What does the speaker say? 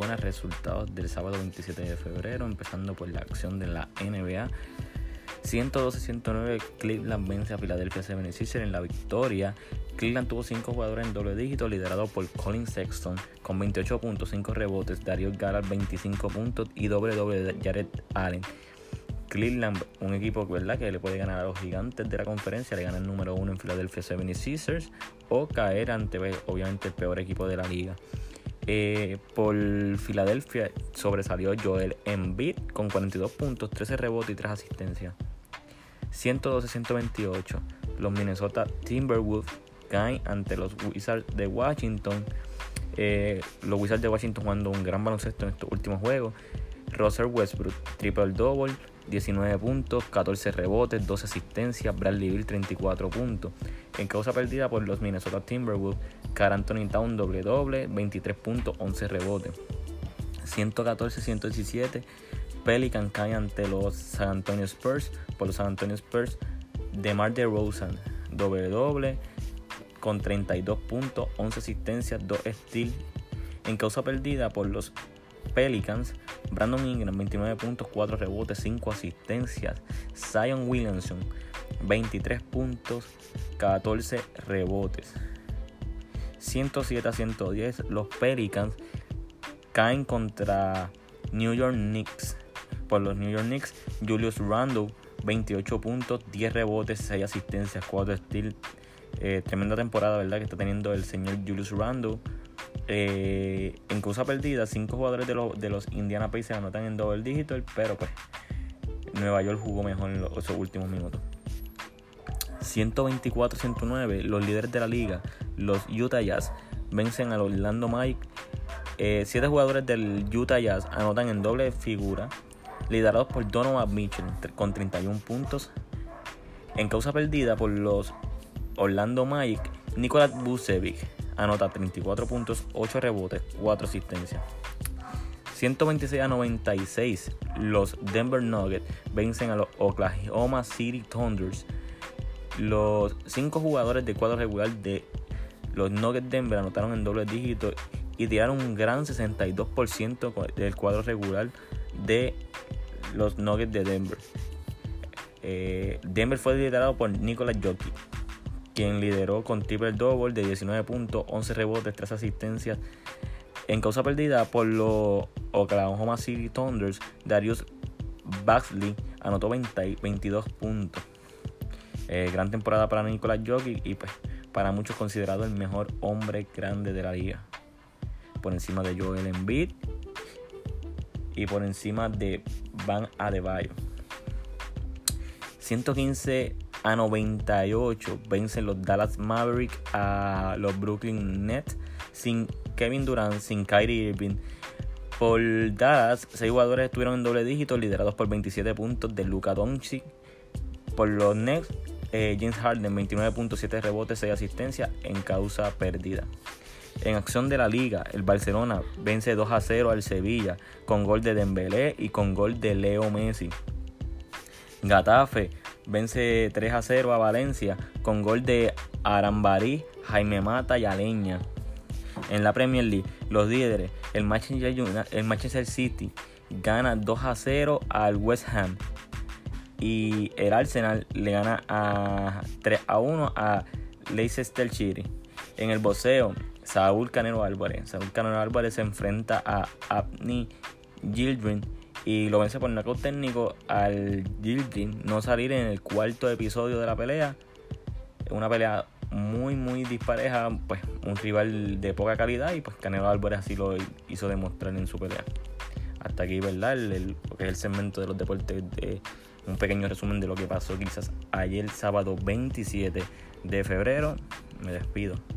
buenos resultados del sábado 27 de febrero, empezando por la acción de la NBA. 112-109, Cleveland vence a Philadelphia 76ers en la victoria. Cleveland tuvo 5 jugadores en doble dígito, liderado por Colin Sexton con 28.5 rebotes, Darius Garland 25 puntos y doble de Jared Allen. Cleveland, un equipo, ¿verdad?, que le puede ganar a los gigantes de la conferencia, le gana el número 1 en Philadelphia 76ers o caer ante, obviamente, el peor equipo de la liga. Por Philadelphia sobresalió Joel Embiid con 42 puntos, 13 rebotes y 3 asistencias. 112-128, los Minnesota Timberwolves caen ante los Wizards de Washington. Los Wizards de Washington jugando un gran baloncesto en estos últimos juegos. Russell Westbrook, triple-double, 19 puntos, 14 rebotes, 12 asistencias. Bradley Beal, 34 puntos. En causa perdida por los Minnesota Timberwolves, Karl Anthony Towns, doble, 23 puntos, 11 rebotes. 114-117, Pelicans cae ante los San Antonio Spurs. Por los San Antonio Spurs, DeMar DeRozan, doble, con 32 puntos, 11 asistencias, 2 steals. En causa perdida por los Pelicans, Brandon Ingram, 29 puntos, 4 rebotes, 5 asistencias. Zion Williamson, 23 puntos, 14 rebotes. 107-110, los Pelicans caen contra New York Knicks. Por los New York Knicks, Julius Randle, 28 puntos, 10 rebotes, 6 asistencias, 4 steals. Tremenda temporada, ¿verdad?, que está teniendo el señor Julius Randle. En causa perdida, 5 jugadores de los Indiana Pacers anotan en doble dígito, pero pues Nueva York jugó mejor en esos últimos minutos. 124-109, los líderes de la liga, los Utah Jazz, vencen al Orlando Magic. 7 jugadores del Utah Jazz anotan en doble figura, liderados por Donovan Mitchell con 31 puntos. En causa perdida por los Orlando Magic, Nikola Vucevic anota 34 puntos, 8 rebotes, 4 asistencias. 126-96, los Denver Nuggets vencen a los Oklahoma City Thunders. Los 5 jugadores de cuadro regular de los Nuggets Denver anotaron en doble dígito y tiraron un gran 62% del cuadro regular de los Nuggets de Denver. Denver fue liderado por Nikola Jokic, quien lideró con triple-double de 19 puntos, 11 rebotes, 3 asistencias. En causa perdida por los Oklahoma City Thunders, Darius Bazley anotó 22 puntos. Gran temporada para Nikola Jokic y pues para muchos considerado el mejor hombre grande de la liga, por encima de Joel Embiid y por encima de Bam Adebayo. 115-98 vencen los Dallas Mavericks a los Brooklyn Nets sin Kevin Durant, sin Kyrie Irving. Por Dallas, 6 jugadores estuvieron en doble dígito, liderados por 27 puntos de Luka Doncic. Por los Nets, James Harden, 29.7 rebotes, 6 asistencias en causa perdida. En acción de la liga, el Barcelona vence 2-0 al Sevilla con gol de Dembélé y con gol de Leo Messi. Getafe vence 3-0 a Valencia con gol de Arambarí, Jaime Mata y Aleña. En la Premier League, los líderes, el Manchester City gana 2-0 al West Ham. Y el Arsenal le gana 3-1 a Leicester City. En el boxeo, Saúl Canelo Álvarez se enfrenta a Anthony Gildrin y lo vence por nocaut técnico al Gildrin no salir en el 4º episodio de la pelea. Una pelea muy dispareja, pues un rival de poca calidad, y pues Canelo Álvarez así lo hizo demostrar en su pelea. Hasta aquí, ¿verdad? Lo que es el segmento de los deportes, un pequeño resumen de lo que pasó quizás ayer sábado 27 de febrero. Me despido.